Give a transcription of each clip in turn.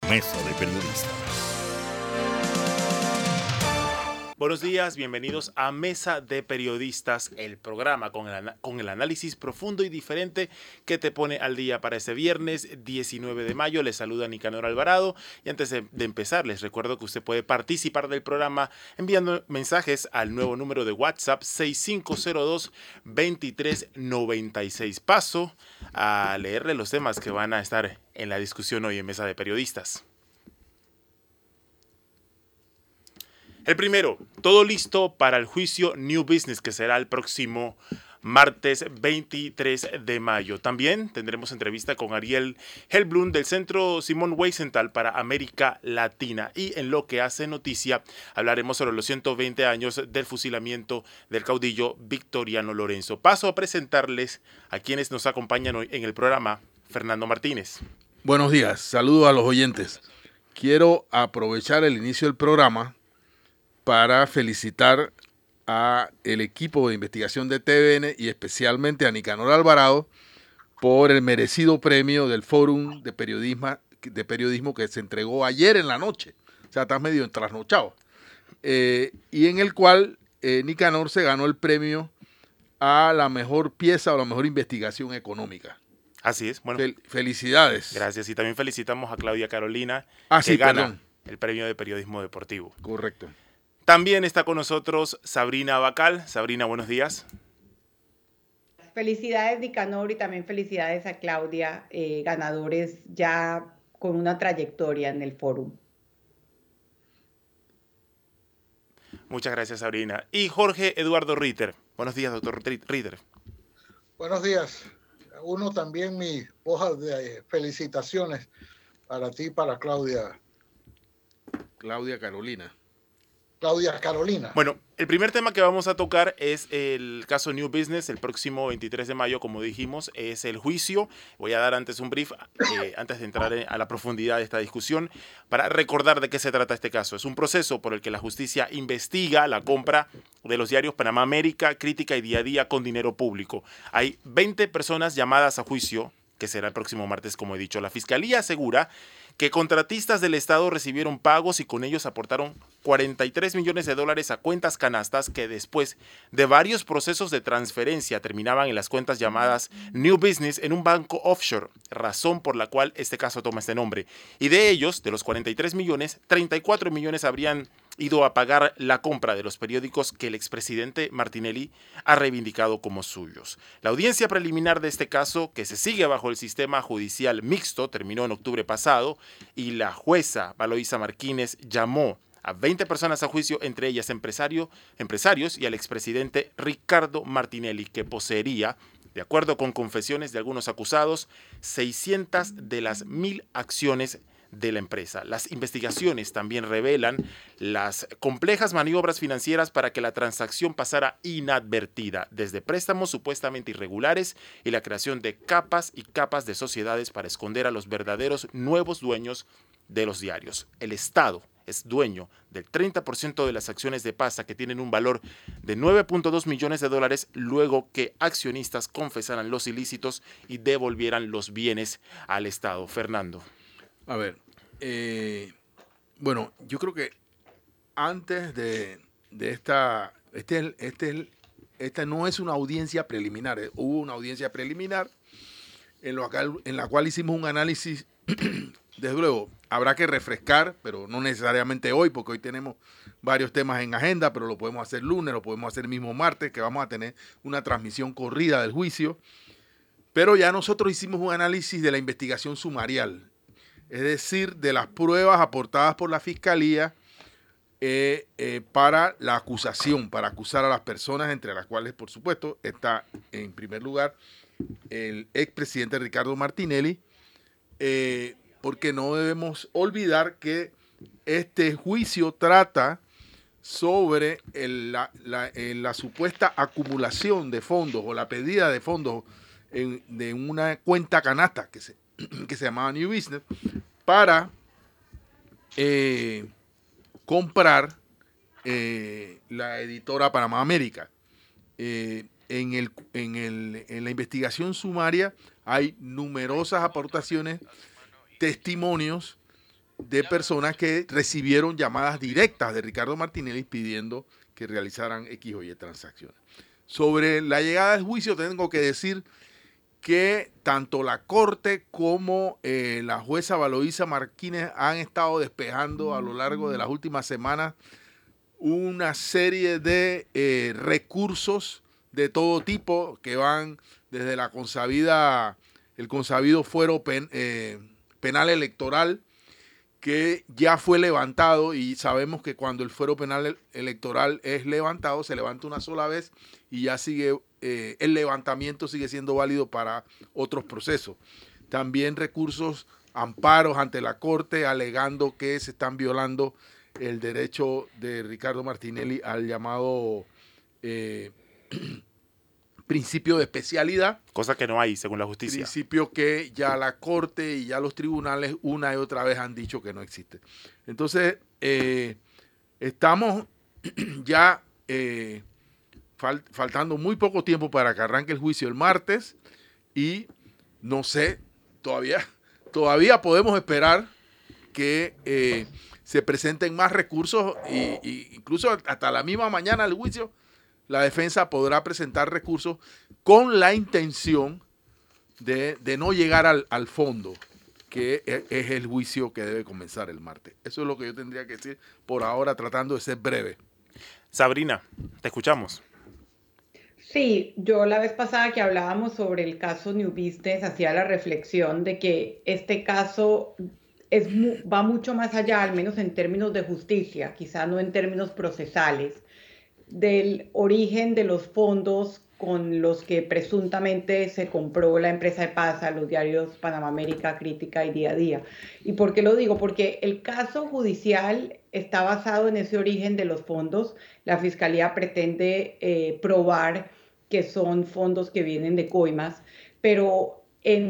Mesa de Periodistas. Buenos días, bienvenidos a Mesa de Periodistas, el programa con el análisis profundo y diferente que te pone al día para este viernes 19 de mayo. Les saluda Nicanor Alvarado y antes de empezar les recuerdo que usted puede participar del programa enviando mensajes al nuevo número de WhatsApp 6502-2396. Paso a leerle los temas que van a estar en la discusión hoy en Mesa de Periodistas. El primero, todo listo para el juicio New Business, que será el próximo martes 23 de mayo. También tendremos entrevista con Ariel Helblum del Centro Simón Wiesenthal para América Latina. Y en lo que hace noticia, hablaremos sobre los 120 años del fusilamiento del caudillo Victoriano Lorenzo. Paso a presentarles a quienes nos acompañan hoy en el programa. Fernando Martínez. Buenos días, saludos a los oyentes. Quiero aprovechar el inicio del programa para felicitar a el equipo de investigación de TVN y especialmente a Nicanor Alvarado por el merecido premio del Fórum de Periodismo que se entregó ayer en la noche. O sea, está medio trasnochado. Y en el cual Nicanor se ganó el premio a la mejor pieza o la mejor investigación económica. Así es. Bueno, felicidades. Gracias. Y también felicitamos a Claudia Carolina, que gana el premio de periodismo deportivo. Correcto. También está con nosotros Sabrina Abacal. Sabrina, buenos días. Felicidades, Nicanor, y también felicidades a Claudia, ganadores ya con una trayectoria en el fórum. Muchas gracias, Sabrina. Y Jorge Eduardo Ritter. Buenos días, doctor Ritter. Buenos días. Uno también mi hoja de felicitaciones para ti y para Claudia. Claudia Carolina. Bueno, el primer tema que vamos a tocar es el caso New Business. El próximo 23 de mayo, como dijimos, es el juicio. Voy a dar antes un brief, antes de entrar a la profundidad de esta discusión, para recordar de qué se trata este caso. Es un proceso por el que la justicia investiga la compra de los diarios Panamá América, Crítica y Día a Día con dinero público. Hay 20 personas llamadas a juicio, que será el próximo martes, como he dicho. La Fiscalía asegura que contratistas del Estado recibieron pagos y con ellos aportaron $43 millones a cuentas canastas que después de varios procesos de transferencia terminaban en las cuentas llamadas New Business en un banco offshore, razón por la cual este caso toma este nombre. Y de ellos, de los 43 millones, 34 millones habrían ido a pagar la compra de los periódicos que el expresidente Martinelli ha reivindicado como suyos. La audiencia preliminar de este caso, que se sigue bajo el sistema judicial mixto, terminó en octubre pasado y la jueza Valoisa Martínez llamó a 20 personas a juicio, entre ellas empresarios y al expresidente Ricardo Martinelli, que poseería, de acuerdo con confesiones de algunos acusados, 600 de las 1,000 acciones de la empresa. Las investigaciones también revelan las complejas maniobras financieras para que la transacción pasara inadvertida, desde préstamos supuestamente irregulares y la creación de capas y capas de sociedades para esconder a los verdaderos nuevos dueños de los diarios. El Estado es dueño del 30% de las acciones de Pasa, que tienen un valor de $9.2 millones luego que accionistas confesaran los ilícitos y devolvieran los bienes al Estado. Fernando. A ver, bueno, yo creo que antes de esta, esta no es una audiencia preliminar, hubo una audiencia preliminar en la cual hicimos un análisis, desde luego, habrá que refrescar, pero no necesariamente hoy, porque hoy tenemos varios temas en agenda, pero lo podemos hacer lunes, lo podemos hacer mismo martes, que vamos a tener una transmisión corrida del juicio, pero ya nosotros hicimos un análisis de la investigación sumarial. Es decir, de las pruebas aportadas por la Fiscalía para la acusación, para acusar a las personas, entre las cuales, por supuesto, está en primer lugar el expresidente Ricardo Martinelli, porque no debemos olvidar que este juicio trata sobre la supuesta acumulación de fondos o la pedida de fondos de una cuenta canasta que se llamaba New Business para comprar la editora Panamá América. En la investigación sumaria hay numerosas aportaciones, testimonios de personas que recibieron llamadas directas de Ricardo Martinelli pidiendo que realizaran X o Y transacciones. Sobre la llegada del juicio tengo que decir que tanto la Corte como la jueza Valoisa Martínez han estado despejando a lo largo de las últimas semanas una serie de recursos de todo tipo que van desde el consabido fuero penal electoral, que ya fue levantado, y sabemos que cuando el fuero penal electoral es levantado, se levanta una sola vez y ya sigue, el levantamiento sigue siendo válido para otros procesos. También recursos, amparos ante la Corte alegando que se están violando el derecho de Ricardo Martinelli al llamado principio de especialidad. Cosa que no hay, según la justicia. Principio que ya la Corte y ya los tribunales una y otra vez han dicho que no existe. Entonces, estamos ya faltando muy poco tiempo para que arranque el juicio el martes, y no sé, todavía podemos esperar que se presenten más recursos, y incluso hasta la misma mañana del juicio la defensa podrá presentar recursos con la intención de no llegar al fondo, que es el juicio que debe comenzar el martes. Eso es lo que yo tendría que decir por ahora, tratando de ser breve. Sabrina, te escuchamos. Sí, yo la vez pasada que hablábamos sobre el caso New Business hacía la reflexión de que este caso va mucho más allá, al menos en términos de justicia, quizá no en términos procesales, del origen de los fondos con los que presuntamente se compró la empresa de Pasa, los diarios Panamá América, Crítica y Día a Día. ¿Y por qué lo digo? Porque el caso judicial está basado en ese origen de los fondos. La Fiscalía pretende probar que son fondos que vienen de coimas, pero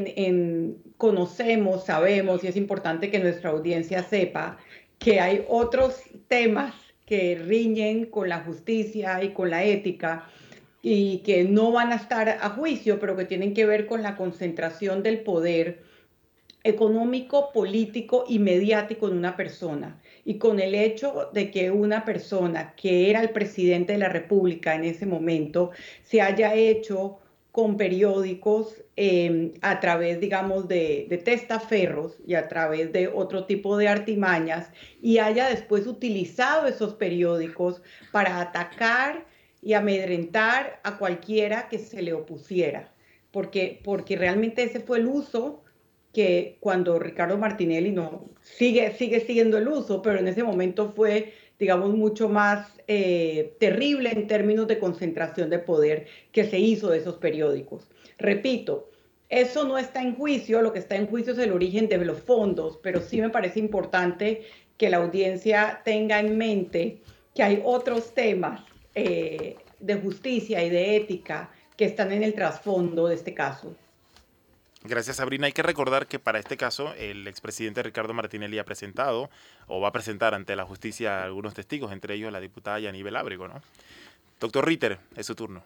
conocemos, sabemos, y es importante que nuestra audiencia sepa que hay otros temas que riñen con la justicia y con la ética y que no van a estar a juicio, pero que tienen que ver con la concentración del poder económico, político y mediático en una persona, y con el hecho de que una persona que era el presidente de la República en ese momento se haya hecho con periódicos a través, digamos, de testaferros y a través de otro tipo de artimañas, y haya después utilizado esos periódicos para atacar y amedrentar a cualquiera que se le opusiera, porque realmente ese fue el uso que cuando Ricardo Martinelli sigue siendo el uso, pero en ese momento fue, digamos, mucho más terrible en términos de concentración de poder que se hizo de esos periódicos. Repito, eso no está en juicio, lo que está en juicio es el origen de los fondos, pero sí me parece importante que la audiencia tenga en mente que hay otros temas de justicia y de ética que están en el trasfondo de este caso. Gracias, Sabrina. Hay que recordar que para este caso el expresidente Ricardo Martinelli ha presentado o va a presentar ante la justicia a algunos testigos, entre ellos la diputada Yanivel Ábrego, ¿no? Doctor Ritter, es su turno.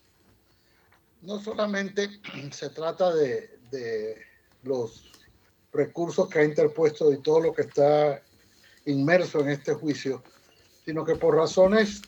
No solamente se trata de los recursos que ha interpuesto y todo lo que está inmerso en este juicio, sino que por razones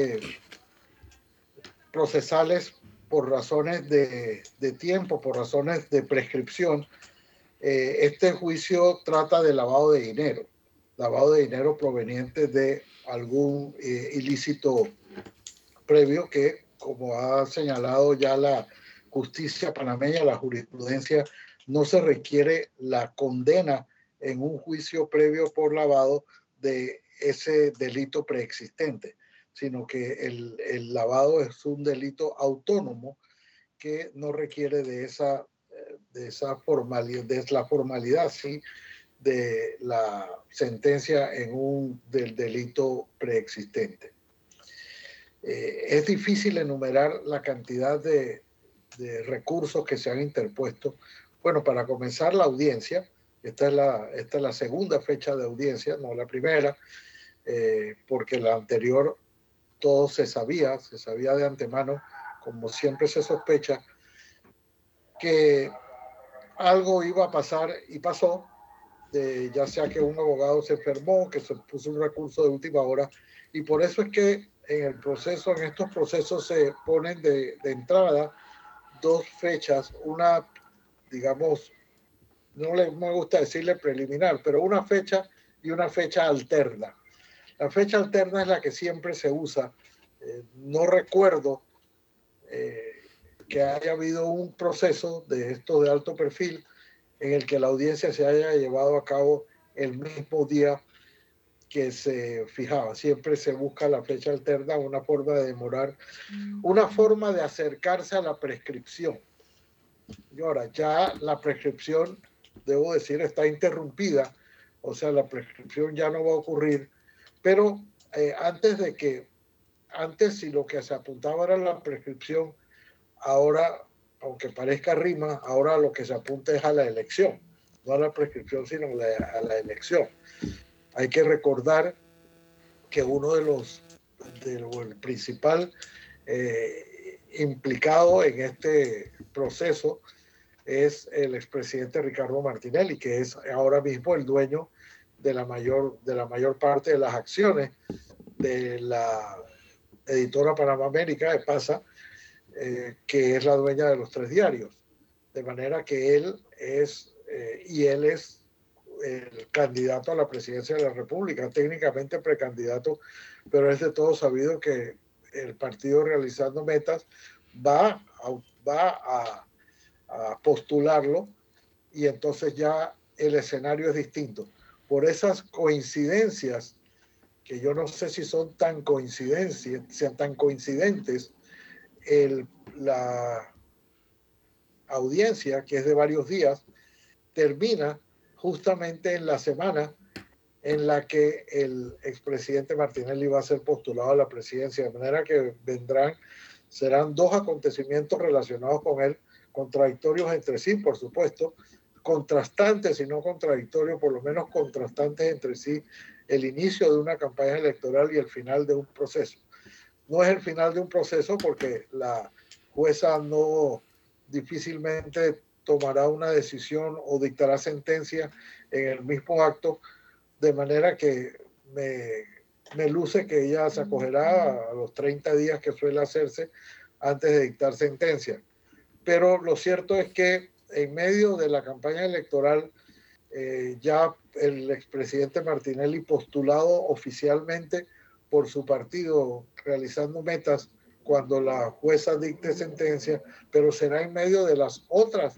procesales, por razones de tiempo, por razones de prescripción, este juicio trata de lavado de dinero proveniente de algún ilícito previo que, como ha señalado ya la justicia panameña, la jurisprudencia, no se requiere la condena en un juicio previo por lavado de ese delito preexistente, sino que el lavado es un delito autónomo que no requiere de esa formalidad, de la formalidad, sí, de la sentencia del delito preexistente. Es difícil enumerar la cantidad de recursos que se han interpuesto. Bueno, para comenzar la audiencia, esta es la segunda fecha de audiencia, no la primera, porque la anterior todo se sabía de antemano, como siempre se sospecha, que algo iba a pasar y pasó, ya sea que un abogado se enfermó, que se puso un recurso de última hora, y por eso es que en estos procesos se ponen de entrada dos fechas, una, digamos, no me gusta decirle preliminar, pero una fecha y una fecha alterna. La fecha alterna es la que siempre se usa. No recuerdo que haya habido un proceso de estos de alto perfil en el que la audiencia se haya llevado a cabo el mismo día que se fijaba. Siempre se busca la fecha alterna, una forma de demorar, una forma de acercarse a la prescripción. Y ahora, ya la prescripción, debo decir, está interrumpida, o sea, la prescripción ya no va a ocurrir, pero antes si lo que se apuntaba era la prescripción, ahora, aunque parezca rima, ahora lo que se apunta es a la elección, no a la prescripción, sino a la elección. Hay que recordar que el principal implicado en este proceso es el expresidente Ricardo Martinelli, que es ahora mismo el dueño de la mayor parte de las acciones de la editora Panamá América, de PASA, que es la dueña de los 3 diarios. De manera que él es el candidato a la presidencia de la República, técnicamente precandidato, pero es de todo sabido que el partido Realizando Metas va a postularlo, y entonces ya el escenario es distinto. Por esas coincidencias, que yo no sé si son tan coincidentes, la audiencia, que es de varios días, termina justamente en la semana en la que el expresidente Martinelli va a ser postulado a la presidencia, de manera que serán 2 acontecimientos relacionados con él, contradictorios entre sí, por supuesto, contrastantes y no contradictorios, por lo menos contrastantes entre sí, el inicio de una campaña electoral y el final de un proceso. No es el final de un proceso porque la jueza no difícilmente tomará una decisión o dictará sentencia en el mismo acto, de manera que me luce que ella se acogerá a los 30 días que suele hacerse antes de dictar sentencia. Pero lo cierto es que en medio de la campaña electoral, ya el expresidente Martinelli, postulado oficialmente por su partido Realizando Metas, cuando la jueza dicte sentencia, pero será en medio de las otras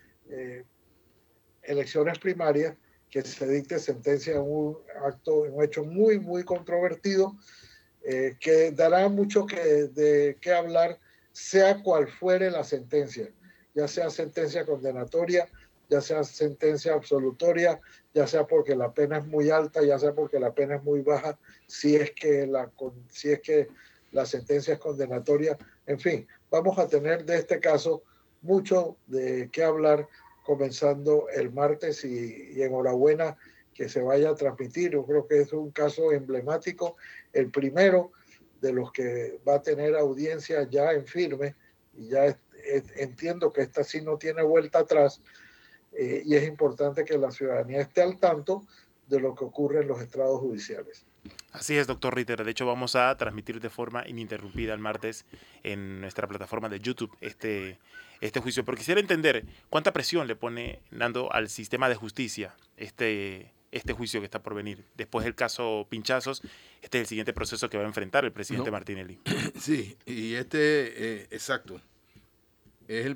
elecciones primarias que se dicte sentencia en un hecho muy, muy controvertido, que dará mucho de qué hablar, sea cual fuere la sentencia, ya sea sentencia condenatoria, ya sea sentencia absolutoria, ya sea porque la pena es muy alta, ya sea porque la pena es muy baja, si es que la sentencia es condenatoria. En fin, vamos a tener de este caso mucho de qué hablar comenzando el martes, y enhorabuena que se vaya a transmitir. Yo creo que es un caso emblemático, el primero de los que va a tener audiencia ya en firme, y ya entiendo que esta sí no tiene vuelta atrás, y es importante que la ciudadanía esté al tanto de lo que ocurre en los estrados judiciales. Así es, doctor Ritter. De hecho, vamos a transmitir de forma ininterrumpida el martes en nuestra plataforma de YouTube este juicio. Pero quisiera entender cuánta presión le pone, Nando, al sistema de justicia este juicio que está por venir. Después del caso Pinchazos, este es el siguiente proceso que va a enfrentar el presidente Martinelli. Sí, y exacto, es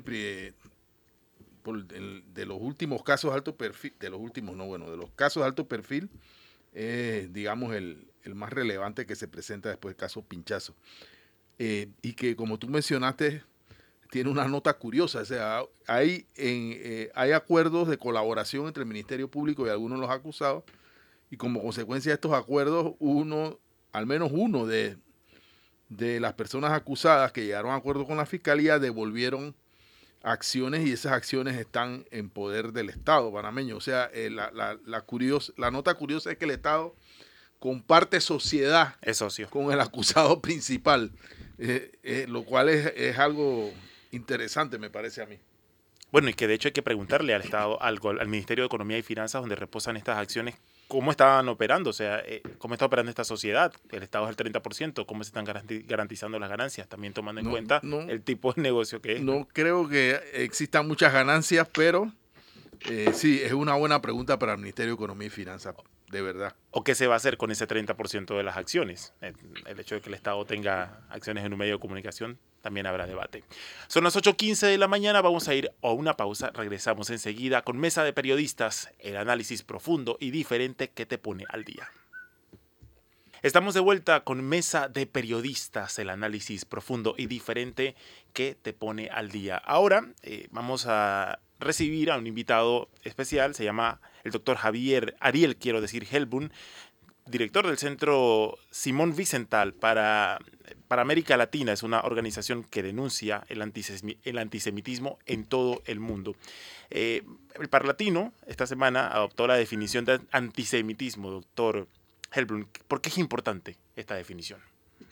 de los últimos casos de alto perfil, de los casos de alto perfil, digamos, el más relevante que se presenta después del caso Pinchazo. Y que, como tú mencionaste, tiene una nota curiosa. O sea, hay acuerdos de colaboración entre el Ministerio Público y algunos de los acusados, y como consecuencia de estos acuerdos, al menos uno de las personas acusadas que llegaron a acuerdo con la Fiscalía devolvieron acciones, y esas acciones están en poder del Estado panameño. O sea, la nota curiosa es que el Estado comparte sociedad con el acusado principal, lo cual es algo interesante, me parece a mí. Bueno, y que de hecho hay que preguntarle al Estado, al Ministerio de Economía y Finanzas, donde reposan estas acciones, cómo estaban operando, o sea, cómo está operando esta sociedad. El Estado es el 30%, cómo se están garantizando las ganancias, también tomando en cuenta el tipo de negocio que es. No creo que existan muchas ganancias, pero sí, es una buena pregunta para el Ministerio de Economía y Finanzas, de verdad. ¿O qué se va a hacer con ese 30% de las acciones? El hecho de que el Estado tenga acciones en un medio de comunicación, también habrá debate. Son las 8:15 de la mañana, vamos a ir a una pausa, regresamos enseguida con Mesa de Periodistas, el análisis profundo y diferente que te pone al día. Estamos de vuelta con Mesa de Periodistas, el análisis profundo y diferente que te pone al día. Ahora vamos a recibir a un invitado especial, se llama el doctor Ariel Helbun, director del Centro Simón Wiesenthal para América Latina. Es una organización que denuncia el antisemitismo en todo el mundo. El Parlatino esta semana adoptó la definición de antisemitismo, doctor Helbun. ¿Por qué es importante esta definición?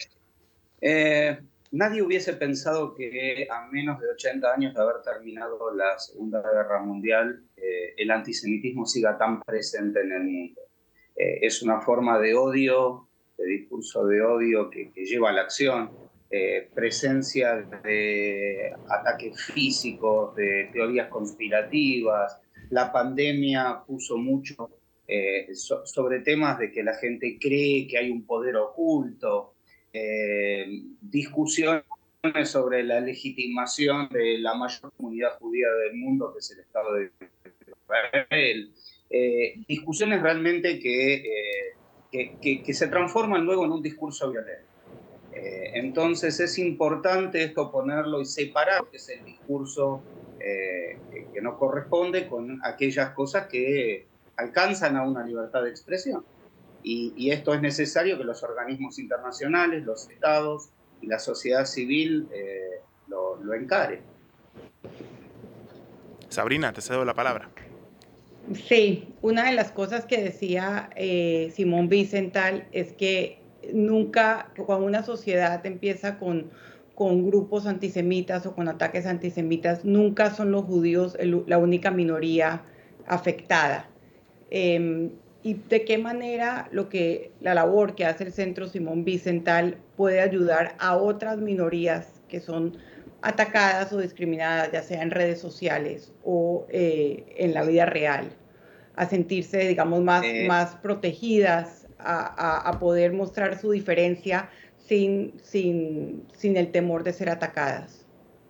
Nadie hubiese pensado que a menos de 80 años de haber terminado la Segunda Guerra Mundial, el antisemitismo siga tan presente en el mundo. Es una forma de odio, de discurso de odio que lleva a la acción, presencia de ataques físicos, de teorías conspirativas. La pandemia puso mucho sobre temas de que la gente cree que hay un poder oculto, discusiones sobre la legitimación de la mayor comunidad judía del mundo, que es el Estado de Israel. Discusiones realmente que se transforman luego en un discurso violento. Entonces es importante esto ponerlo y separar que es el discurso que no corresponde con aquellas cosas que alcanzan a una libertad de expresión. Y esto es necesario que los organismos internacionales, los estados y la sociedad civil lo encaren. Sabrina, te cedo la palabra. Sí, una de las cosas que decía Simón Wiesenthal es que nunca, cuando una sociedad empieza con grupos antisemitas o con ataques antisemitas, nunca son los judíos la única minoría afectada. Y de qué manera la labor que hace el Centro Simón Wiesenthal puede ayudar a otras minorías que son atacadas o discriminadas, ya sea en redes sociales o en la vida real, a sentirse, digamos, más protegidas, a poder mostrar su diferencia sin el temor de ser atacadas.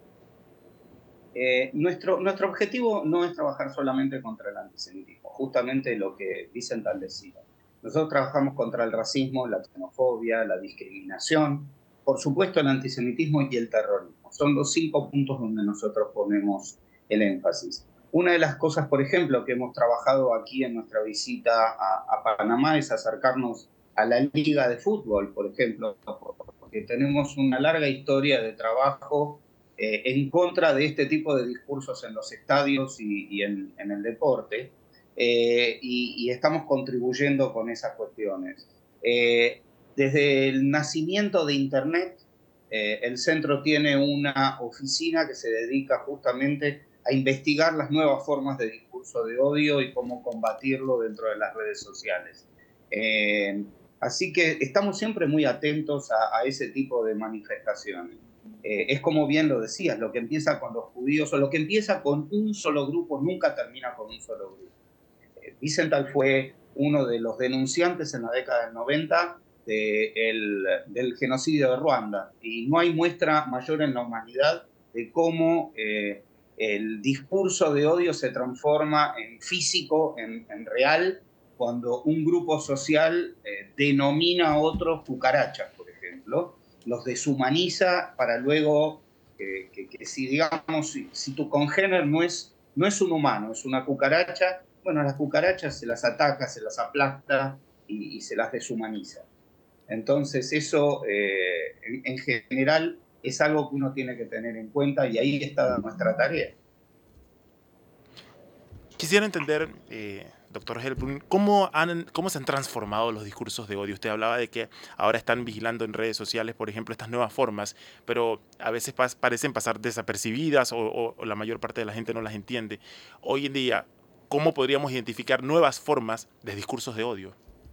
Nuestro objetivo no es trabajar solamente contra el antisemitismo, justamente lo que Wiesenthal decía. Nosotros trabajamos contra el racismo, la xenofobia, la discriminación, por supuesto el antisemitismo y el terrorismo. Son los 5 puntos donde nosotros ponemos el énfasis. Una de las cosas, por ejemplo, que hemos trabajado aquí en nuestra visita a Panamá es acercarnos a la Liga de Fútbol, por ejemplo, porque tenemos una larga historia de trabajo en contra de este tipo de discursos en los estadios y en el deporte, y estamos contribuyendo con esas cuestiones. Desde el nacimiento de Internet, el centro tiene una oficina que se dedica justamente a investigar las nuevas formas de discurso de odio y cómo combatirlo dentro de las redes sociales. Así que estamos siempre muy atentos a ese tipo de manifestaciones. Es como bien lo decías, lo que empieza con los judíos o lo que empieza con un solo grupo nunca termina con un solo grupo. Wiesenthal fue uno de los denunciantes en la década del 90 del genocidio de Ruanda, y no hay muestra mayor en la humanidad de cómo el discurso de odio se transforma en físico, en real, cuando un grupo social denomina a otros cucarachas, por ejemplo, los deshumaniza para luego que si, digamos, si tu congénere no es un humano, es una cucaracha, bueno, a las cucarachas se las ataca, se las aplasta y se las deshumaniza. Entonces eso en general es algo que uno tiene que tener en cuenta, y ahí está nuestra tarea. Quisiera entender, doctor Helbrun, ¿cómo se han transformado los discursos de odio? Usted hablaba de que ahora están vigilando en redes sociales, por ejemplo, estas nuevas formas, pero a veces parecen pasar desapercibidas o la mayor parte de la gente no las entiende. Hoy en día, ¿cómo podríamos identificar nuevas formas de discursos de odio?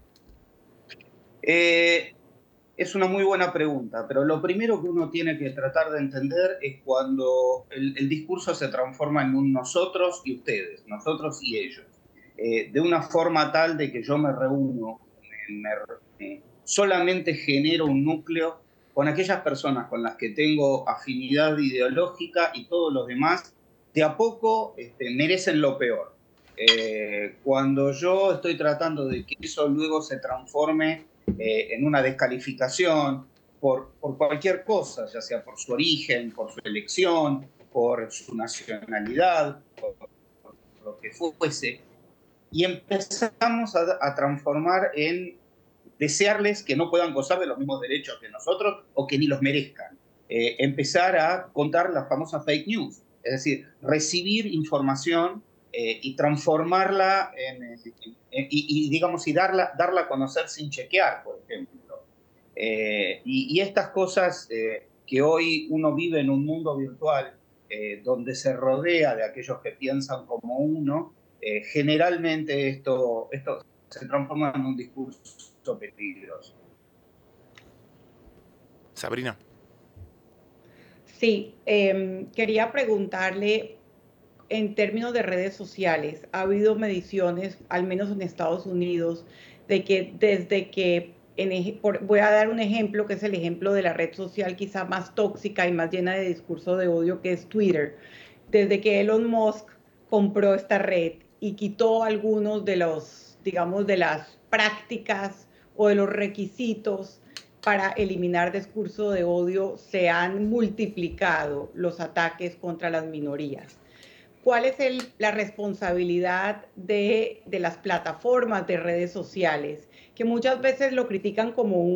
Es una muy buena pregunta, pero lo primero que uno tiene que tratar de entender es cuando el discurso se transforma en un nosotros y ustedes, nosotros y ellos, de una forma tal de que yo me reúno, solamente genero un núcleo con aquellas personas con las que tengo afinidad ideológica y todos los demás, de a poco merecen lo peor. Cuando yo estoy tratando de que eso luego se transforme en una descalificación por cualquier cosa, ya sea por su origen, por su elección, por su nacionalidad, por lo que fuese, y empezamos a transformar en desearles que no puedan gozar de los mismos derechos que nosotros o que ni los merezcan. Empezar a contar las famosas fake news, es decir, recibir información y transformarla y digamos, y darla a conocer sin chequear, por ejemplo. Y estas cosas que hoy uno vive en un mundo virtual donde se rodea de aquellos que piensan como uno, generalmente esto se transforma en un discurso peligroso. Sabrina. Sí, quería preguntarle, en términos de redes sociales, ha habido mediciones, al menos en Estados Unidos, de que desde que, voy a dar un ejemplo, que es el ejemplo de la red social quizá más tóxica y más llena de discurso de odio, que es Twitter, desde que Elon Musk compró esta red y quitó algunos de los, digamos, de las prácticas o de los requisitos para eliminar discurso de odio, se han multiplicado los ataques contra las minorías. ¿Cuál es la responsabilidad de las plataformas de redes sociales, que muchas veces lo critican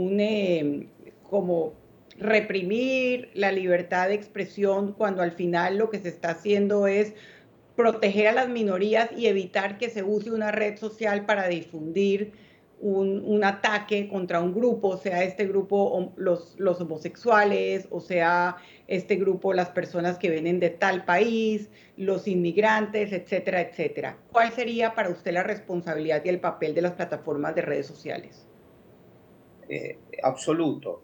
como reprimir la libertad de expresión, cuando al final lo que se está haciendo es proteger a las minorías y evitar que se use una red social para difundir un ataque contra un grupo, sea este grupo los homosexuales, o sea este grupo las personas que vienen de tal país, los inmigrantes, etcétera, etcétera? ¿Cuál sería para usted la responsabilidad y el papel de las plataformas de redes sociales? Absoluto.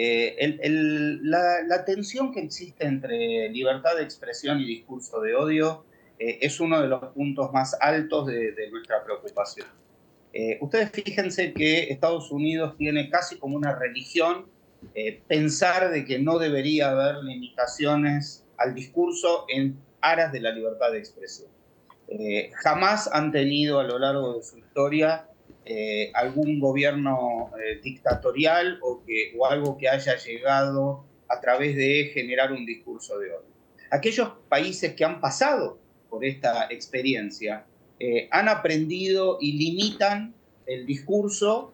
La tensión que existe entre libertad de expresión y discurso de odio es uno de los puntos más altos de nuestra preocupación. Ustedes fíjense que Estados Unidos tiene casi como una religión pensar de que no debería haber limitaciones al discurso en aras de la libertad de expresión. Jamás han tenido a lo largo de su historia algún gobierno dictatorial o algo que haya llegado a través de generar un discurso de odio. Aquellos países que han pasado por esta experiencia han aprendido y limitan el discurso,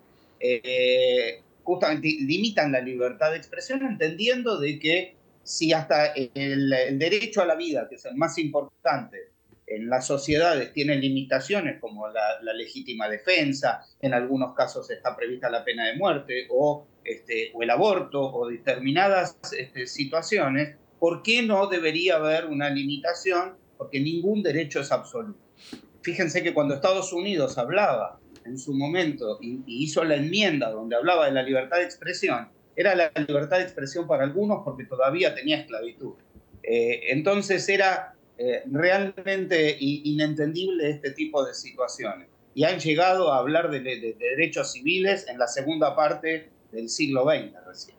justamente limitan la libertad de expresión, entendiendo de que si hasta el derecho a la vida, que es el más importante, en las sociedades tienen limitaciones como la legítima defensa, en algunos casos está prevista la pena de muerte o el aborto o determinadas situaciones, ¿por qué no debería haber una limitación? Porque ningún derecho es absoluto. Fíjense que cuando Estados Unidos hablaba en su momento y hizo la enmienda donde hablaba de la libertad de expresión, era la libertad de expresión para algunos porque todavía tenía esclavitud. Entonces era realmente inentendible este tipo de situaciones. Y han llegado a hablar de derechos civiles en la segunda parte del siglo XX recién.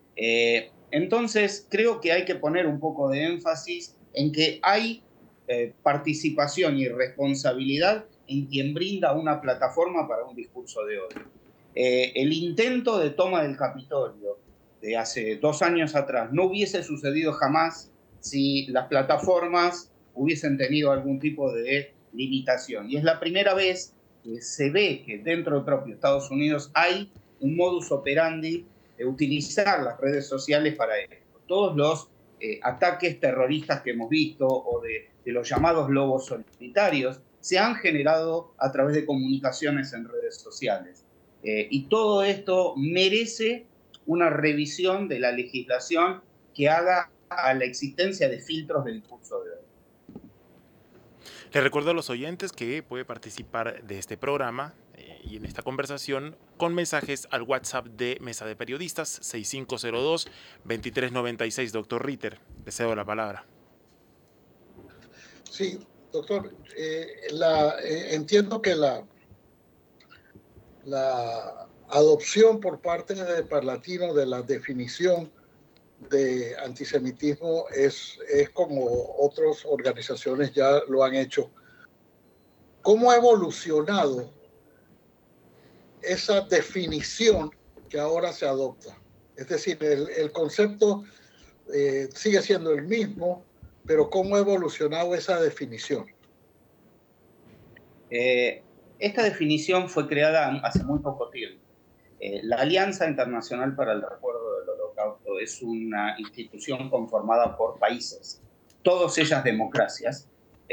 Entonces creo que hay que poner un poco de énfasis en que hay participación y responsabilidad en quien brinda una plataforma para un discurso de odio. El intento de toma del Capitolio de hace 2 años atrás no hubiese sucedido jamás si las plataformas hubiesen tenido algún tipo de limitación. Y es la primera vez que se ve que dentro del propio Estados Unidos hay un modus operandi de utilizar las redes sociales para esto. Todos los ataques terroristas que hemos visto o de los llamados lobos solitarios se han generado a través de comunicaciones en redes sociales. Y todo esto merece una revisión de la legislación que haga a la existencia de filtros de discurso de odio. Les recuerdo a los oyentes que puede participar de este programa y en esta conversación con mensajes al WhatsApp de Mesa de Periodistas 6502-2396. Doctor Ritter, le cedo la palabra. Sí, doctor, entiendo que la adopción por parte de Parlatino de la definición de antisemitismo es como otras organizaciones ya lo han hecho. ¿Cómo ha evolucionado esa definición que ahora se adopta? Es decir, el concepto sigue siendo el mismo, pero ¿cómo ha evolucionado esa definición? Esta definición fue creada hace muy poco tiempo. La Alianza Internacional para el Recuerdo del Holocausto es una institución conformada por países, todas ellas democracias,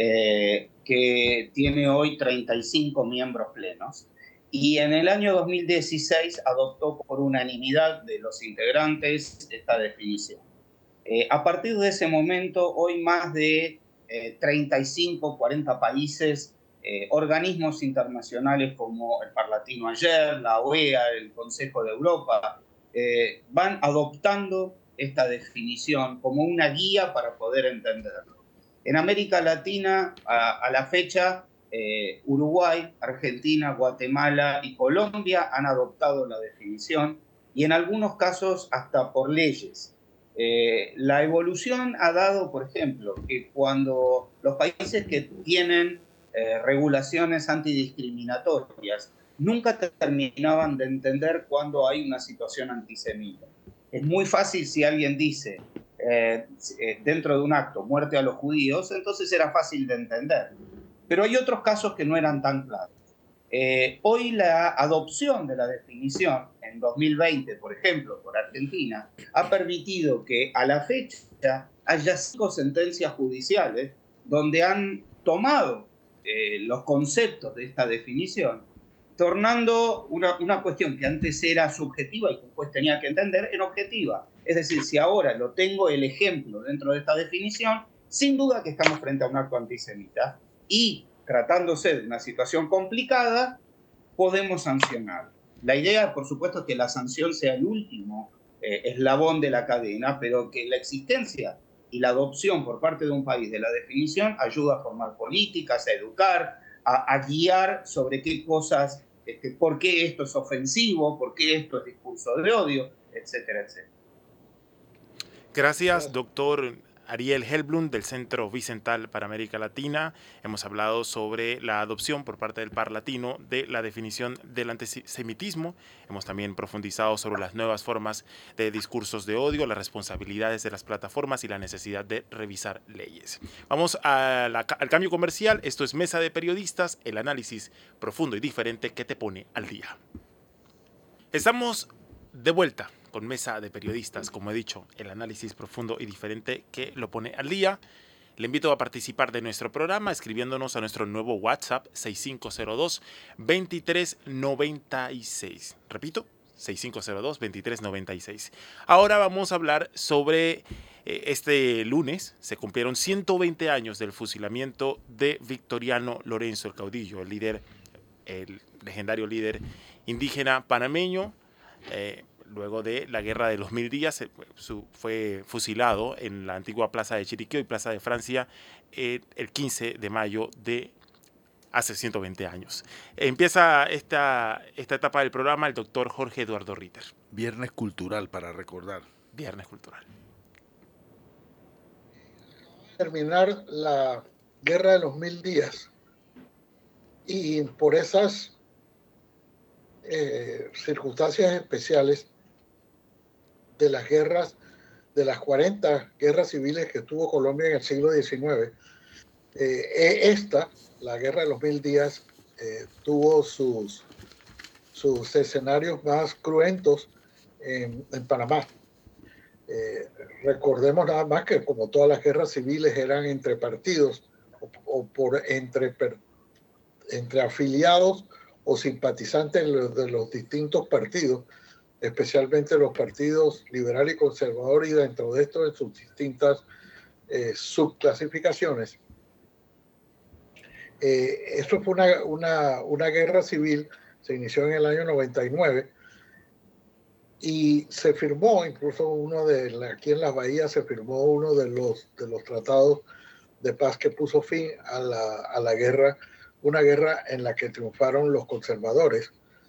que tiene hoy 35 miembros plenos. Y en el año 2016 adoptó por unanimidad de los integrantes esta definición. A partir de ese momento, hoy más de 35, 40 países, organismos internacionales como el Parlatino ayer, la OEA, el Consejo de Europa, van adoptando esta definición como una guía para poder entenderlo. En América Latina, a la fecha, Uruguay, Argentina, Guatemala y Colombia han adoptado la definición y en algunos casos hasta por leyes. La evolución ha dado, por ejemplo, que cuando los países que tienen regulaciones antidiscriminatorias nunca terminaban de entender cuando hay una situación antisemita. Es muy fácil si alguien dice dentro de un acto muerte a los judíos, entonces era fácil de entender. Pero hay otros casos que no eran tan claros. Hoy la adopción de la definición en 2020, por ejemplo, por Argentina, ha permitido que a la fecha haya 5 sentencias judiciales donde han tomado los conceptos de esta definición, tornando una cuestión que antes era subjetiva y que después tenía que entender en objetiva. Es decir, si ahora lo tengo el ejemplo dentro de esta definición, sin duda que estamos frente a un acto antisemita y tratándose de una situación complicada, podemos sancionar. La idea, por supuesto, es que la sanción sea el último eslabón de la cadena, pero que la existencia y la adopción por parte de un país de la definición ayuda a formar políticas, a educar, a guiar sobre qué cosas, por qué esto es ofensivo, por qué esto es discurso de odio, etcétera, etcétera. Gracias, doctor Ariel Helblum del Centro Vicental para América Latina. Hemos hablado sobre la adopción por parte del Parlatino de la definición del antisemitismo. Hemos también profundizado sobre las nuevas formas de discursos de odio, las responsabilidades de las plataformas y la necesidad de revisar leyes. Vamos al cambio comercial. Esto es Mesa de Periodistas, el análisis profundo y diferente que te pone al día. Estamos de vuelta con Mesa de Periodistas, como he dicho, el análisis profundo y diferente que lo pone al día. Le invito a participar de nuestro programa escribiéndonos a nuestro nuevo WhatsApp 6502-2396. Repito, 6502-2396. Ahora vamos a hablar sobre este lunes. Se cumplieron 120 años del fusilamiento de Victoriano Lorenzo, el caudillo, el líder, el legendario líder indígena panameño. Luego de la Guerra de los 1000 días, fue fusilado en la antigua Plaza de Chiriquí y Plaza de Francia el 15 de mayo de hace 120 años. Empieza esta etapa del programa el doctor Jorge Eduardo Ritter. Viernes cultural para recordar. Viernes cultural. Terminar la Guerra de los 1000 días y por esas circunstancias especiales de las guerras, de las 40 guerras civiles que tuvo Colombia en el siglo XIX, la Guerra de los 1000 días, tuvo sus escenarios más cruentos en Panamá. Recordemos nada más que como todas las guerras civiles eran entre partidos o entre entre afiliados o simpatizantes de los distintos partidos, especialmente los partidos liberal y conservador, y dentro de esto en sus distintas subclasificaciones. Esto fue una guerra civil, se inició en el año 99 y se firmó, incluso aquí en las bahías se firmó uno de los tratados de paz que puso fin a la guerra, una guerra en la que triunfaron los conservadores.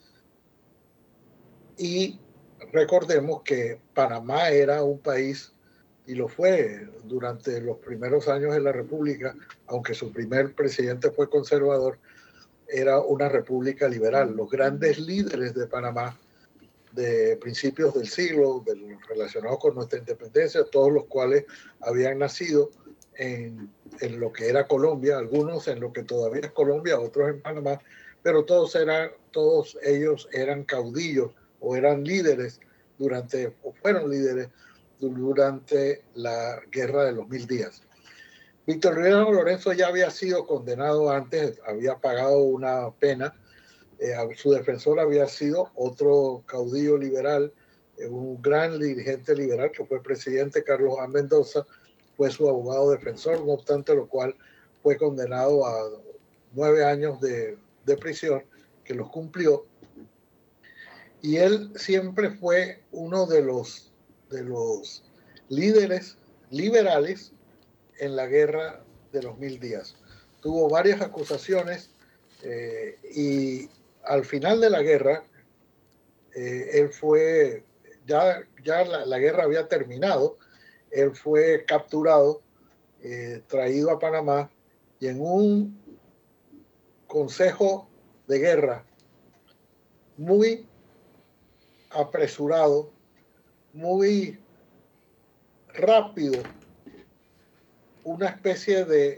Y recordemos que Panamá era un país, y lo fue durante los primeros años de la República, aunque su primer presidente fue conservador, era una república liberal. Los grandes líderes de Panamá de principios del siglo, relacionados con nuestra independencia, todos los cuales habían nacido en lo que era Colombia, algunos en lo que todavía es Colombia, otros en Panamá, pero todos ellos eran caudillos o eran líderes fueron líderes durante la Guerra de los 1000 días. Victoriano Lorenzo ya había sido condenado antes, había pagado una pena. Su defensor había sido otro caudillo liberal, un gran dirigente liberal que fue presidente, Carlos A. Mendoza, fue su abogado defensor, no obstante lo cual fue condenado a 9 años de prisión, que los cumplió. Y él siempre fue uno de los líderes liberales en la Guerra de los 1000 días. Tuvo varias acusaciones y al final de la guerra, él fue, ya la guerra había terminado, él fue capturado, traído a Panamá, y en un consejo de guerra muy apresurado, muy rápido, una especie de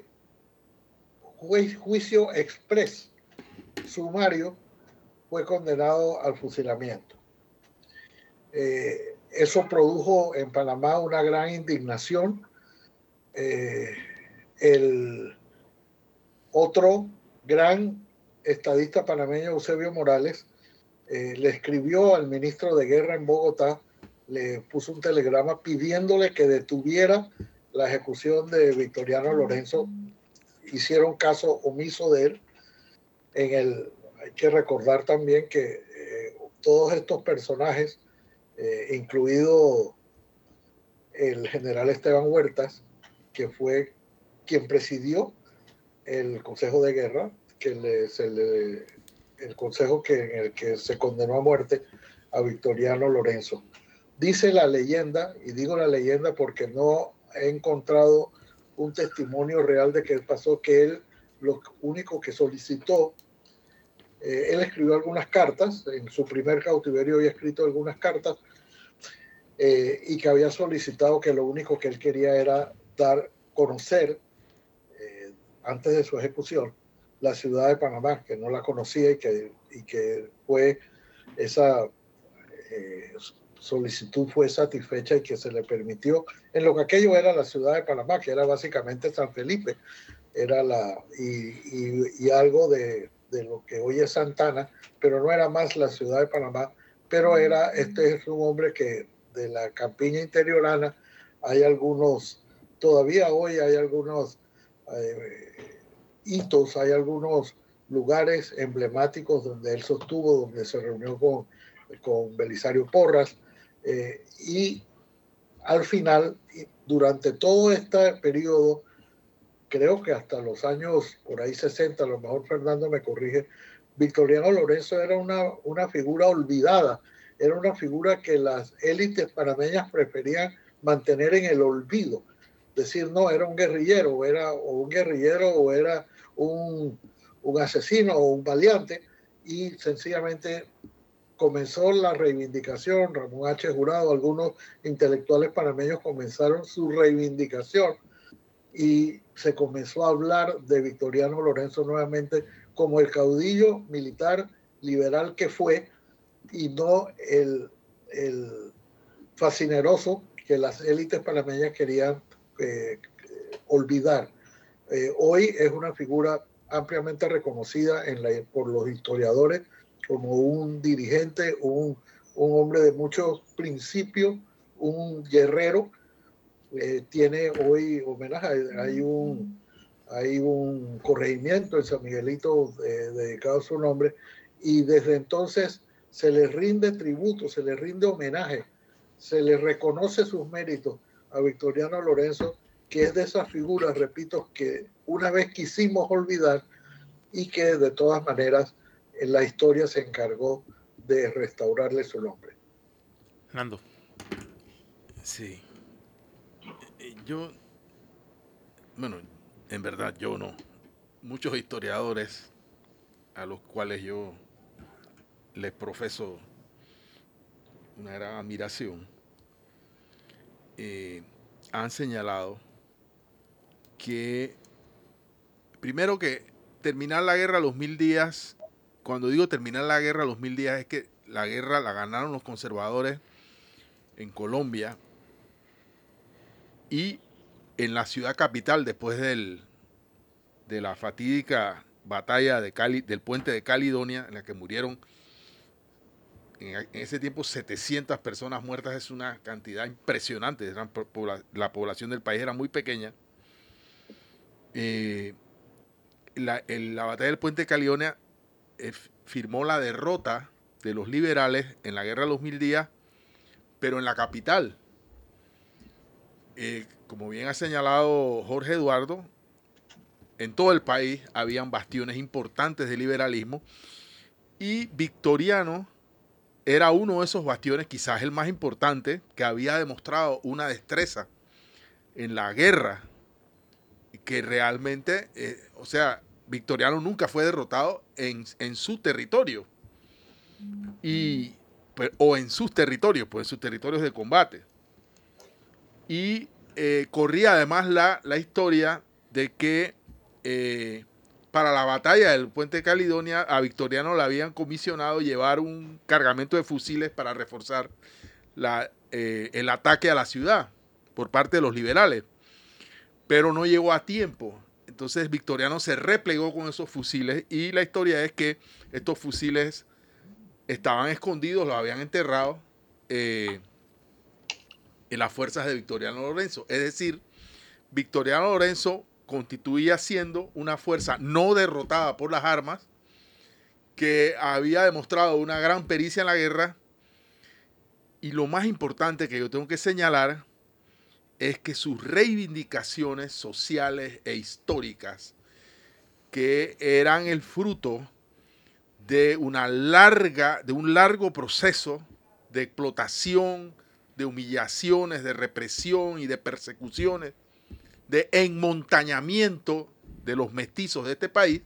juicio express sumario, fue condenado al fusilamiento. Eso produjo en Panamá una gran indignación. El otro gran estadista panameño, Eusebio Morales, le escribió al ministro de Guerra en Bogotá, le puso un telegrama pidiéndole que detuviera la ejecución de Victoriano Lorenzo. Hicieron caso omiso de él. Hay que recordar también que todos estos personajes, incluido el general Esteban Huertas, que fue quien presidió el Consejo de Guerra, el consejo en el que se condenó a muerte a Victoriano Lorenzo. Dice la leyenda, y digo la leyenda porque no he encontrado un testimonio real de que pasó, que él lo único que solicitó, él escribió algunas cartas, en su primer cautiverio había escrito algunas cartas, y que había solicitado que lo único que él quería era conocer, antes de su ejecución, la ciudad de Panamá, que no la conocía y que fue esa solicitud fue satisfecha y que se le permitió, en lo que aquello era la ciudad de Panamá, que era básicamente San Felipe, era y algo de lo que hoy es Santana, pero no era más la ciudad de Panamá, pero este es un hombre que de la campiña interiorana hay algunos, todavía hoy hay algunos hitos, hay algunos lugares emblemáticos donde él sostuvo, donde se reunió con Belisario Porras, y al final, durante todo este periodo, creo que hasta los años por ahí 60, a lo mejor Fernando me corrige, Victoriano Lorenzo era una figura olvidada, era una figura que las élites panameñas preferían mantener en el olvido. Decir, no, era un guerrillero, o era un asesino o un valiente, y sencillamente comenzó la reivindicación. Ramón H. Jurado, algunos intelectuales panameños comenzaron su reivindicación y se comenzó a hablar de Victoriano Lorenzo nuevamente como el caudillo militar liberal que fue, y no el fascineroso que las élites panameñas querían olvidar. Hoy es una figura ampliamente reconocida por los historiadores como un dirigente, un hombre de muchos principios, un guerrero. Tiene hoy homenaje, hay un corregimiento en San Miguelito dedicado a su nombre, y desde entonces se le rinde tributo, se le rinde homenaje, se le reconoce sus méritos a Victoriano Lorenzo, que es de esas figuras, repito, que una vez quisimos olvidar y que de todas maneras en la historia se encargó de restaurarle su nombre. Nando. Sí. Bueno, en verdad yo no. Muchos historiadores a los cuales yo les profeso una gran admiración han señalado que primero que terminar la guerra a los 1000 días, cuando digo terminar la guerra a los 1000 días es que la guerra la ganaron los conservadores en Colombia y en la ciudad capital después de la fatídica batalla del puente de Caledonia, en la que murieron en ese tiempo 700 personas muertas. Es una cantidad impresionante. La población del país era muy pequeña. La batalla del puente de Caledonia firmó la derrota de los liberales en la guerra de los 1000 días, pero en la capital. Como bien ha señalado Jorge Eduardo, en todo el país habían bastiones importantes de liberalismo y Victoriano era uno de esos bastiones, quizás el más importante, que había demostrado una destreza en la guerra, que realmente, Victoriano nunca fue derrotado en su territorio, o en sus territorios, pues en sus territorios de combate. Y corría además la historia de que para la batalla del puente de Caledonia a Victoriano le habían comisionado llevar un cargamento de fusiles para reforzar el ataque a la ciudad por parte de los liberales, pero no llegó a tiempo. Entonces Victoriano se replegó con esos fusiles y la historia es que estos fusiles estaban escondidos, los habían enterrado en las fuerzas de Victoriano Lorenzo. Es decir, Victoriano Lorenzo constituía siendo una fuerza no derrotada por las armas, que había demostrado una gran pericia en la guerra, y lo más importante que yo tengo que señalar es que sus reivindicaciones sociales e históricas, que eran el fruto de un largo proceso de explotación, de humillaciones, de represión y de persecuciones, de enmontañamiento de los mestizos de este país,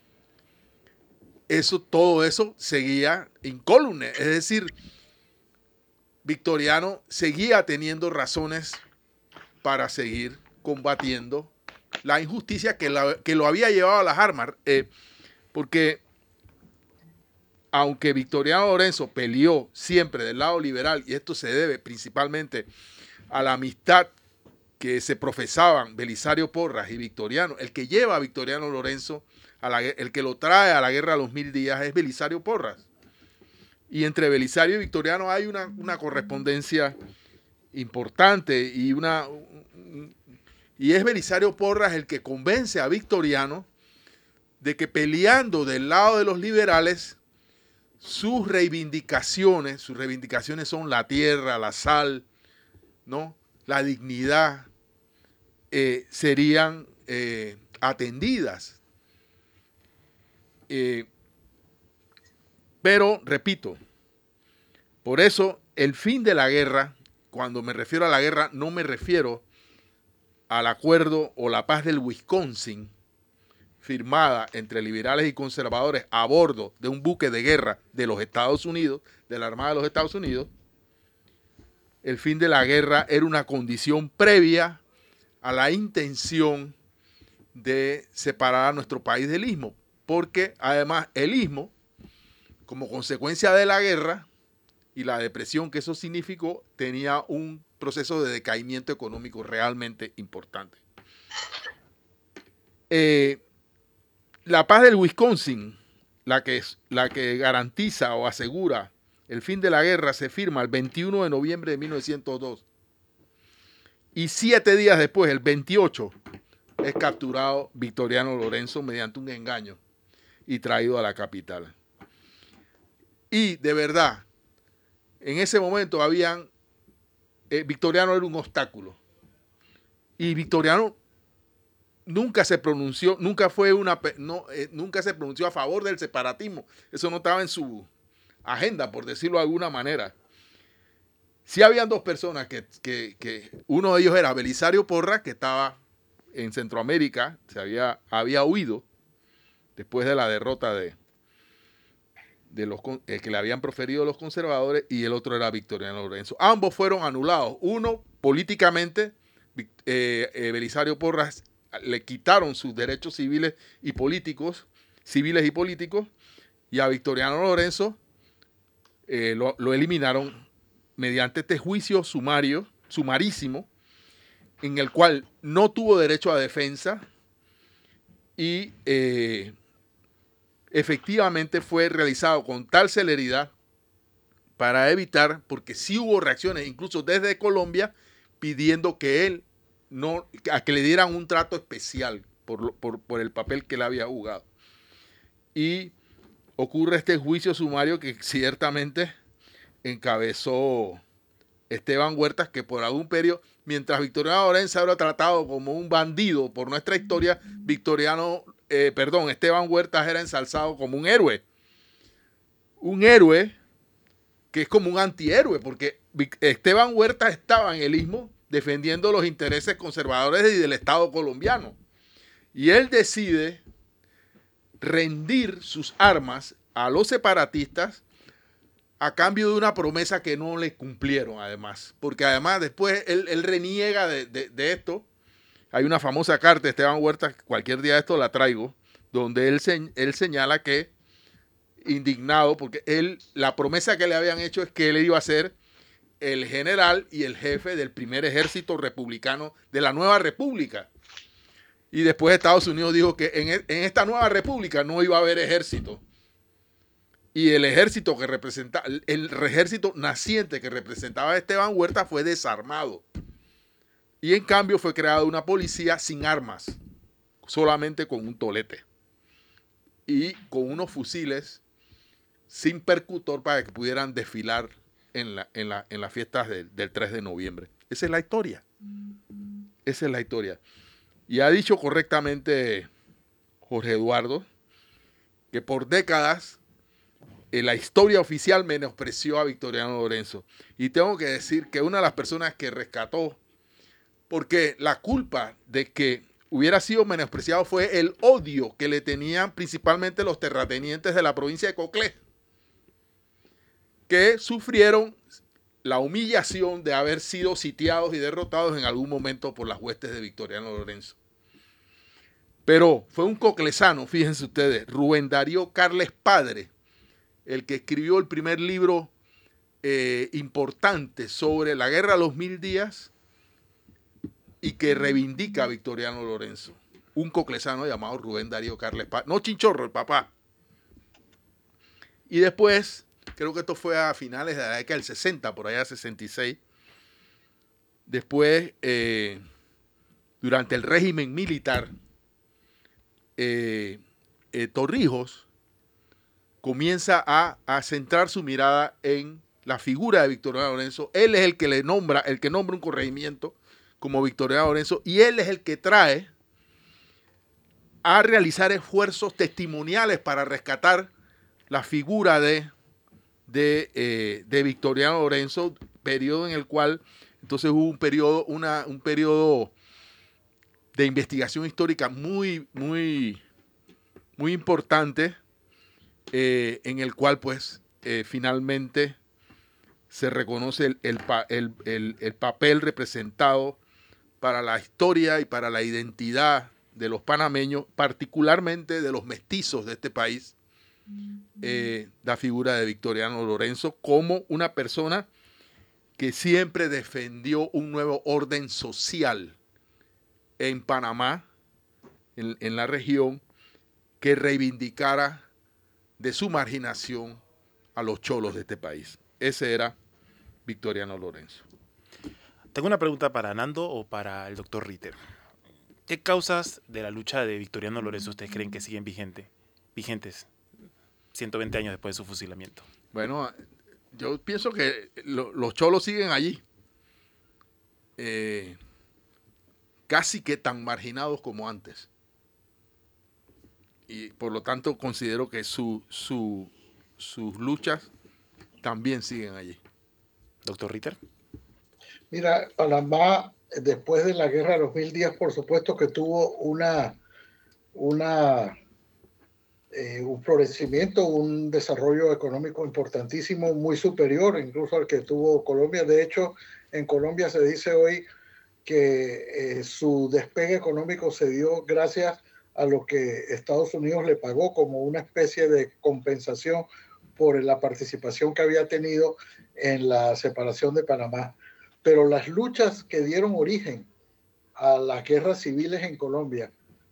todo eso seguía incólume. Es decir, Victoriano seguía teniendo razones para seguir combatiendo la injusticia que lo había llevado a las armas, porque aunque Victoriano Lorenzo peleó siempre del lado liberal, y esto se debe principalmente a la amistad que se profesaban Belisario Porras y Victoriano, el que lleva a Victoriano Lorenzo, el que lo trae a la guerra de los 1000 días es Belisario Porras. Y entre Belisario y Victoriano hay una correspondencia importante y es Belisario Porras el que convence a Victoriano de que peleando del lado de los liberales, sus reivindicaciones son la tierra, la sal, ¿no?, la dignidad, serían atendidas. Pero, repito, por eso el fin de la guerra, cuando me refiero a la guerra, no me refiero al acuerdo o la paz del Wisconsin, firmada entre liberales y conservadores a bordo de un buque de guerra de los Estados Unidos, de la Armada de los Estados Unidos. El fin de la guerra era una condición previa a la intención de separar a nuestro país del Istmo, porque además el Istmo, como consecuencia de la guerra y la depresión que eso significó, tenía un proceso de decaimiento la paz del Wisconsin, la que garantiza o asegura el fin de la guerra, se firma el 21 de noviembre de 1902. Y 7 días después, el 28, es capturado Victoriano Lorenzo mediante un engaño y traído a la capital. Y de verdad, en ese momento Victoriano era un obstáculo. Y Victoriano nunca se pronunció, nunca se pronunció a favor del separatismo. Eso no estaba en su agenda, por decirlo de alguna manera. Sí habían dos personas que uno de ellos era Belisario Porras, que estaba en Centroamérica, había huido después de la derrota que le habían proferido los conservadores, y el otro era Victoriano Lorenzo. Ambos fueron anulados. Uno, políticamente, Belisario Porras le quitaron sus derechos civiles y políticos, y a Victoriano Lorenzo lo eliminaron mediante este juicio sumarísimo, en el cual no tuvo derecho a defensa y efectivamente fue realizado con tal celeridad para evitar, porque sí hubo reacciones, incluso desde Colombia, pidiendo que que le dieran un trato especial por el papel que él había jugado. Y ocurre este juicio sumario que ciertamente encabezó Esteban Huertas, que por algún periodo, mientras Victoriano Lorenzo era tratado como un bandido por nuestra historia, Esteban Huertas era ensalzado como un héroe. Un héroe que es como un antihéroe, porque Esteban Huertas estaba en el Istmo defendiendo los intereses conservadores y del Estado colombiano. Y él decide rendir sus armas a los separatistas a cambio de una promesa que no le cumplieron, además. Porque además después él reniega de esto. Hay una famosa carta de Esteban Huertas, cualquier día de esto la traigo, donde él señala que, indignado, porque la promesa que le habían hecho es que él iba a ser el general y el jefe del primer ejército republicano de la nueva república. Y después Estados Unidos dijo que en esta nueva república no iba a haber ejército. Y el ejército naciente que representaba a Esteban Huertas fue desarmado. Y en cambio fue creada una policía sin armas, solamente con un tolete y con unos fusiles sin percutor para que pudieran desfilar en las fiestas del 3 de noviembre. Esa es la historia. Esa es la historia. Y ha dicho correctamente Jorge Eduardo que por décadas la historia oficial menospreció a Victoriano Lorenzo. Y tengo que decir que una de las personas que rescató, porque la culpa de que hubiera sido menospreciado fue el odio que le tenían principalmente los terratenientes de la provincia de Coclé, que sufrieron la humillación de haber sido sitiados y derrotados en algún momento por las huestes de Victoriano Lorenzo. Pero fue un coclesano, fíjense ustedes, Rubén Darío Carles Padre, el que escribió el primer libro importante sobre la Guerra de los 1000 días y que reivindica a Victoriano Lorenzo. Un coclesano llamado Rubén Darío Carles Padre. No Chinchorro, el papá. Y después, creo que esto fue a finales de la década del 60, por allá 66. Después, durante el régimen militar, Torrijos comienza a centrar su mirada en la figura de Victoriano Lorenzo. Él es el que nombra un corregimiento como Victoriano Lorenzo, y él es el que trae a realizar esfuerzos testimoniales para rescatar la figura de Victoriano Lorenzo, periodo en el cual entonces hubo un periodo de investigación histórica muy, muy, muy importante, en el cual pues finalmente se reconoce el papel representado para la historia y para la identidad de los panameños, particularmente de los mestizos de este país, la figura de Victoriano Lorenzo como una persona que siempre defendió un nuevo orden social en Panamá, en la región, que reivindicara de su marginación a los cholos de este país. Ese era Victoriano Lorenzo. Tengo una pregunta para Nando o para el doctor Ritter. ¿Qué causas de la lucha de Victoriano Lorenzo ustedes creen que siguen vigentes 120 años después de su fusilamiento? Bueno, yo pienso que los cholos siguen allí. Casi que tan marginados como antes. Y por lo tanto considero que sus luchas también siguen allí. Doctor Ritter. Mira, Panamá, después de la guerra de los 1000 días, por supuesto que tuvo un florecimiento, un desarrollo económico importantísimo, muy superior incluso al que tuvo Colombia. De hecho, en Colombia se dice hoy que su despegue económico se dio gracias a lo que Estados Unidos le pagó como una especie de compensación por la participación que había tenido en la separación de Panamá. Pero las luchas que dieron origen a las guerras civiles en Colombia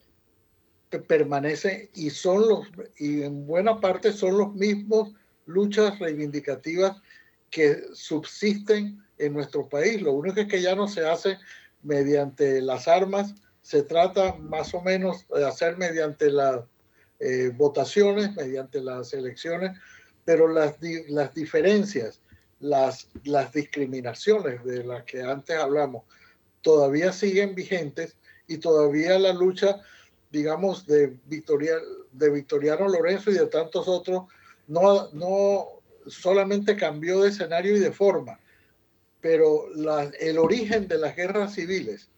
permanecen y en buena parte son los mismos luchas reivindicativas que subsisten en nuestro país. Lo único es que ya no se hace mediante las armas, se trata más o menos de hacer mediante las votaciones, mediante las elecciones, pero las diferencias, las discriminaciones de las que antes hablamos, todavía siguen vigentes y todavía la lucha, digamos, de Victoriano Lorenzo y de tantos otros, no solamente cambió de escenario y de forma, pero el origen de las guerras civiles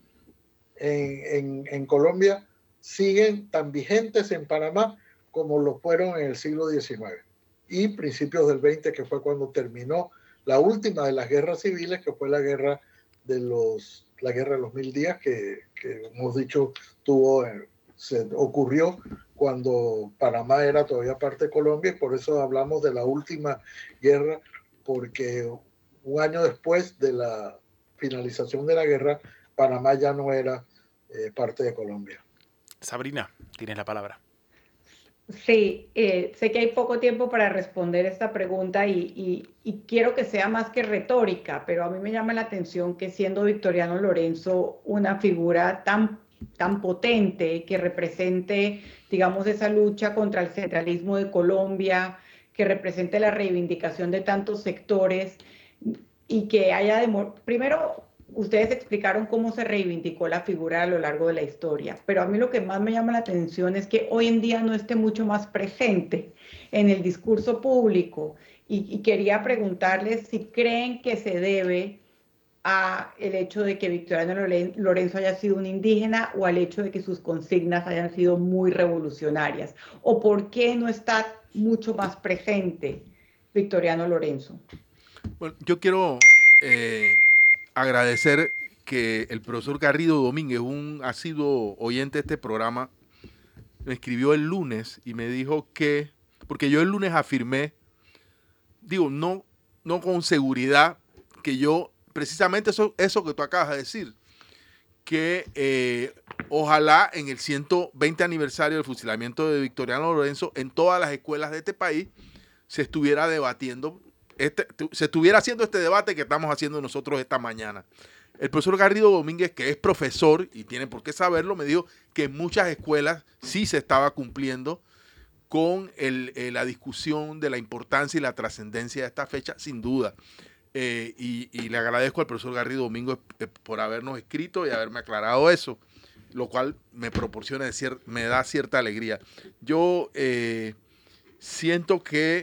en Colombia siguen tan vigentes en Panamá como lo fueron en el siglo XIX y principios del XX, que fue cuando terminó la última de las guerras civiles, que fue la guerra de los 1000 días, que hemos dicho ocurrió cuando Panamá era todavía parte de Colombia, y por eso hablamos de la última guerra, porque un año después de la finalización de la guerra, Panamá ya no era parte de Colombia. Sabrina, tienes la palabra. Sí, sé que hay poco tiempo para responder esta pregunta y quiero que sea más que retórica, pero a mí me llama la atención que siendo Victoriano Lorenzo una figura tan potente que represente, digamos, esa lucha contra el centralismo de Colombia, que represente la reivindicación de tantos sectores y que haya primero, ustedes explicaron cómo se reivindicó la figura a lo largo de la historia, pero a mí lo que más me llama la atención es que hoy en día no esté mucho más presente en el discurso público y quería preguntarles si creen que se debe a el hecho de que Victoriano Lorenzo haya sido un indígena o al hecho de que sus consignas hayan sido muy revolucionarias, o por qué no está mucho más presente Victoriano Lorenzo. Bueno, yo quiero agradecer que el profesor Garrido Domínguez, un asiduo oyente de este programa, me escribió el lunes y me dijo que, porque yo el lunes afirmé, digo, no con seguridad, que yo, precisamente eso que tú acabas de decir, que ojalá en el 120 aniversario del fusilamiento de Victoriano Lorenzo, en todas las escuelas de este país, se estuviera debatiendo, se estuviera haciendo este debate que estamos haciendo nosotros esta mañana. El profesor Garrido Domínguez, que es profesor y tiene por qué saberlo, me dijo que en muchas escuelas sí se estaba cumpliendo con la discusión de la importancia y la trascendencia de esta fecha, sin duda. Y le agradezco al profesor Garrido Domínguez por habernos escrito y haberme aclarado eso, lo cual me me da cierta alegría. Yo siento que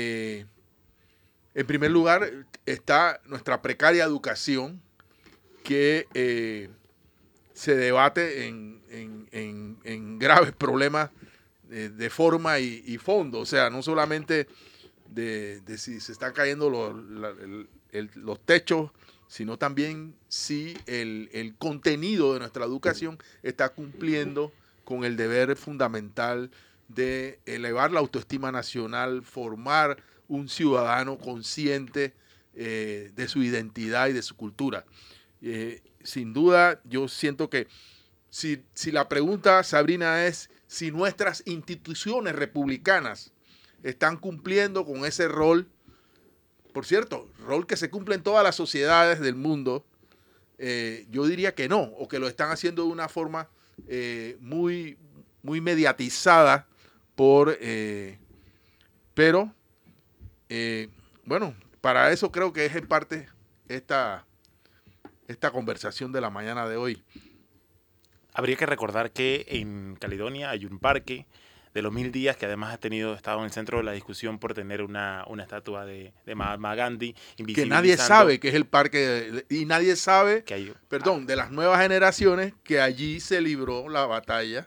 en primer lugar está nuestra precaria educación, que se debate en graves problemas de forma y fondo. O sea, no solamente de si se están cayendo los techos, sino también si el contenido de nuestra educación está cumpliendo con el deber fundamental de elevar la autoestima nacional, formar un ciudadano consciente de su identidad y de su cultura. Sin duda, yo siento que si la pregunta, Sabrina, es si nuestras instituciones republicanas están cumpliendo con ese rol, por cierto, rol que se cumple en todas las sociedades del mundo, yo diría que no, o que lo están haciendo de una forma muy, muy mediatizada, pero bueno, para eso creo que es en parte esta conversación de la mañana de hoy. Habría que recordar que en Caledonia hay un parque de los 1000 días que además ha estado en el centro de la discusión por tener una estatua de Mahatma Gandhi, que nadie sabe que es el parque y nadie sabe, de las nuevas generaciones, que allí se libró la batalla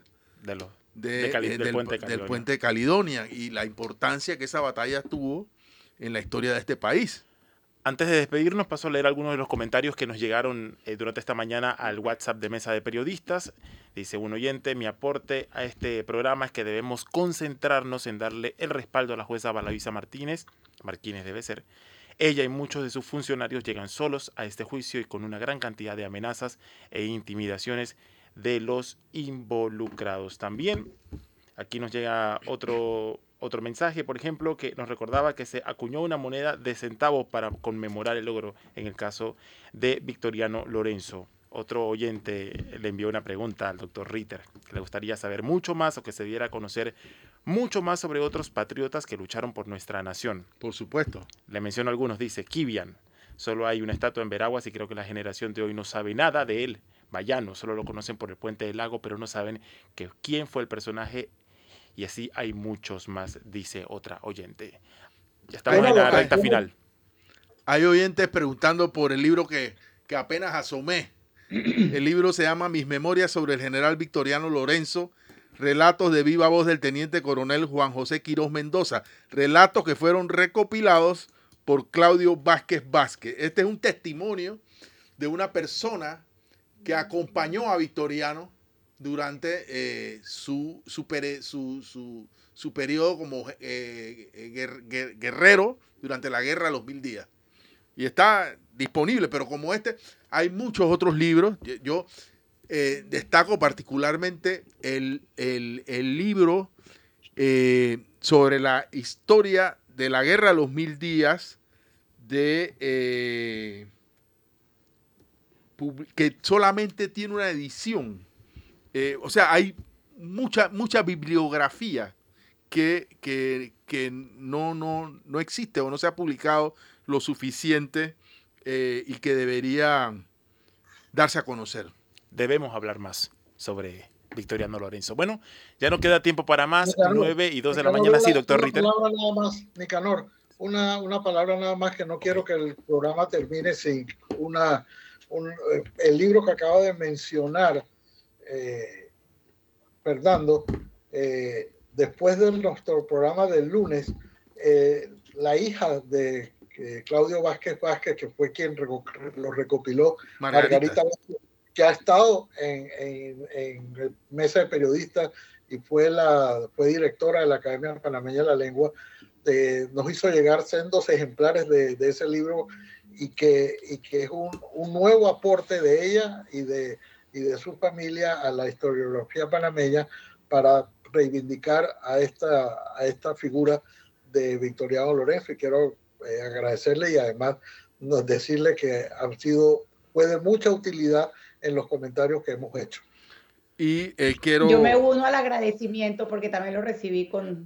del puente Caledonia y la importancia que esa batalla tuvo en la historia de este país. Antes de despedirnos, paso a leer algunos de los comentarios que nos llegaron durante esta mañana al WhatsApp de Mesa de Periodistas. Dice un oyente: mi aporte a este programa es que debemos concentrarnos en darle el respaldo a la jueza Balavisa Martínez debe ser. Ella y muchos de sus funcionarios llegan solos a este juicio y con una gran cantidad de amenazas e intimidaciones de los involucrados. También aquí nos llega otro mensaje, por ejemplo, que nos recordaba que se acuñó una moneda de centavos para conmemorar el logro en el caso de Victoriano Lorenzo. Otro oyente le envió una pregunta al doctor Ritter, que le gustaría saber mucho más o que se diera a conocer mucho más sobre otros patriotas que lucharon por nuestra nación. Por supuesto. Le menciono algunos, dice Kivian. Solo hay una estatua en Veraguas y creo que la generación de hoy no sabe nada de él. Bayano, solo lo conocen por el Puente del Lago, pero no saben quién fue el personaje. Y así hay muchos más, dice otra oyente. Ya estamos en la recta final. Hay oyentes preguntando por el libro que apenas asomé. El libro se llama Mis memorias sobre el general Victoriano Lorenzo, relatos de viva voz del teniente coronel Juan José Quirós Mendoza. Relatos que fueron recopilados por Claudio Vázquez Vázquez. Este es un testimonio de una persona que acompañó a Victoriano durante su periodo como guerrero durante la guerra de los 1000 días. Y está disponible, pero como hay muchos otros libros. Yo destaco particularmente el libro sobre la historia de la guerra de los 1000 días que solamente tiene una edición. O sea, hay mucha bibliografía que no existe o no se ha publicado lo suficiente y que debería darse a conocer. Debemos hablar más sobre Victoriano Lorenzo. Bueno, ya no queda tiempo para más. Nicanor, 9:02 de la mañana. Sí, doctor Ritter. Una palabra nada más, Nicanor. Una palabra nada más, que no quiero que el programa termine sin el libro que acaba de mencionar Fernando. Después de nuestro programa del lunes, la hija de Claudio Vázquez Vázquez, que fue quien lo recopiló, Margarita Vázquez, que ha estado en Mesa de Periodistas y fue directora de la Academia Panameña de la Lengua, nos hizo llegar sendos ejemplares de ese libro y que es un nuevo aporte de ella y de su familia a la historiografía panameña para reivindicar a esta figura de Victoriano Lorenzo. Y quiero agradecerle y además decirle que fue de mucha utilidad en los comentarios que hemos hecho. Y yo me uno al agradecimiento porque también lo recibí con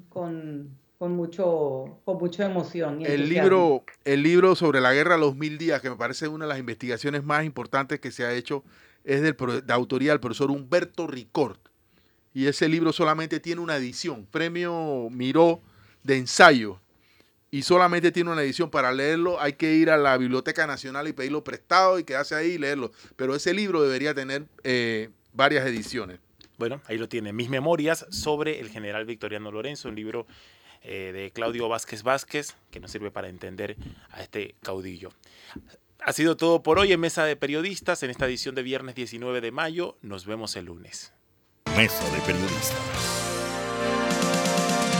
mucha emoción. El libro sobre la guerra de los 1000 días, que me parece una de las investigaciones más importantes que se ha hecho, es de autoría del profesor Humberto Ricord. Y ese libro solamente tiene una edición, Premio Miró de ensayo, y solamente tiene una edición. Para leerlo hay que ir a la Biblioteca Nacional y pedirlo prestado y quedarse ahí y leerlo. Pero ese libro debería tener varias ediciones. Bueno, ahí lo tiene. Mis memorias sobre el general Victoriano Lorenzo, un libro de Claudio Vázquez Vázquez, que nos sirve para entender a este caudillo. Ha sido todo por hoy en Mesa de Periodistas, en esta edición de viernes 19 de mayo. Nos vemos el lunes. Mesa de Periodistas.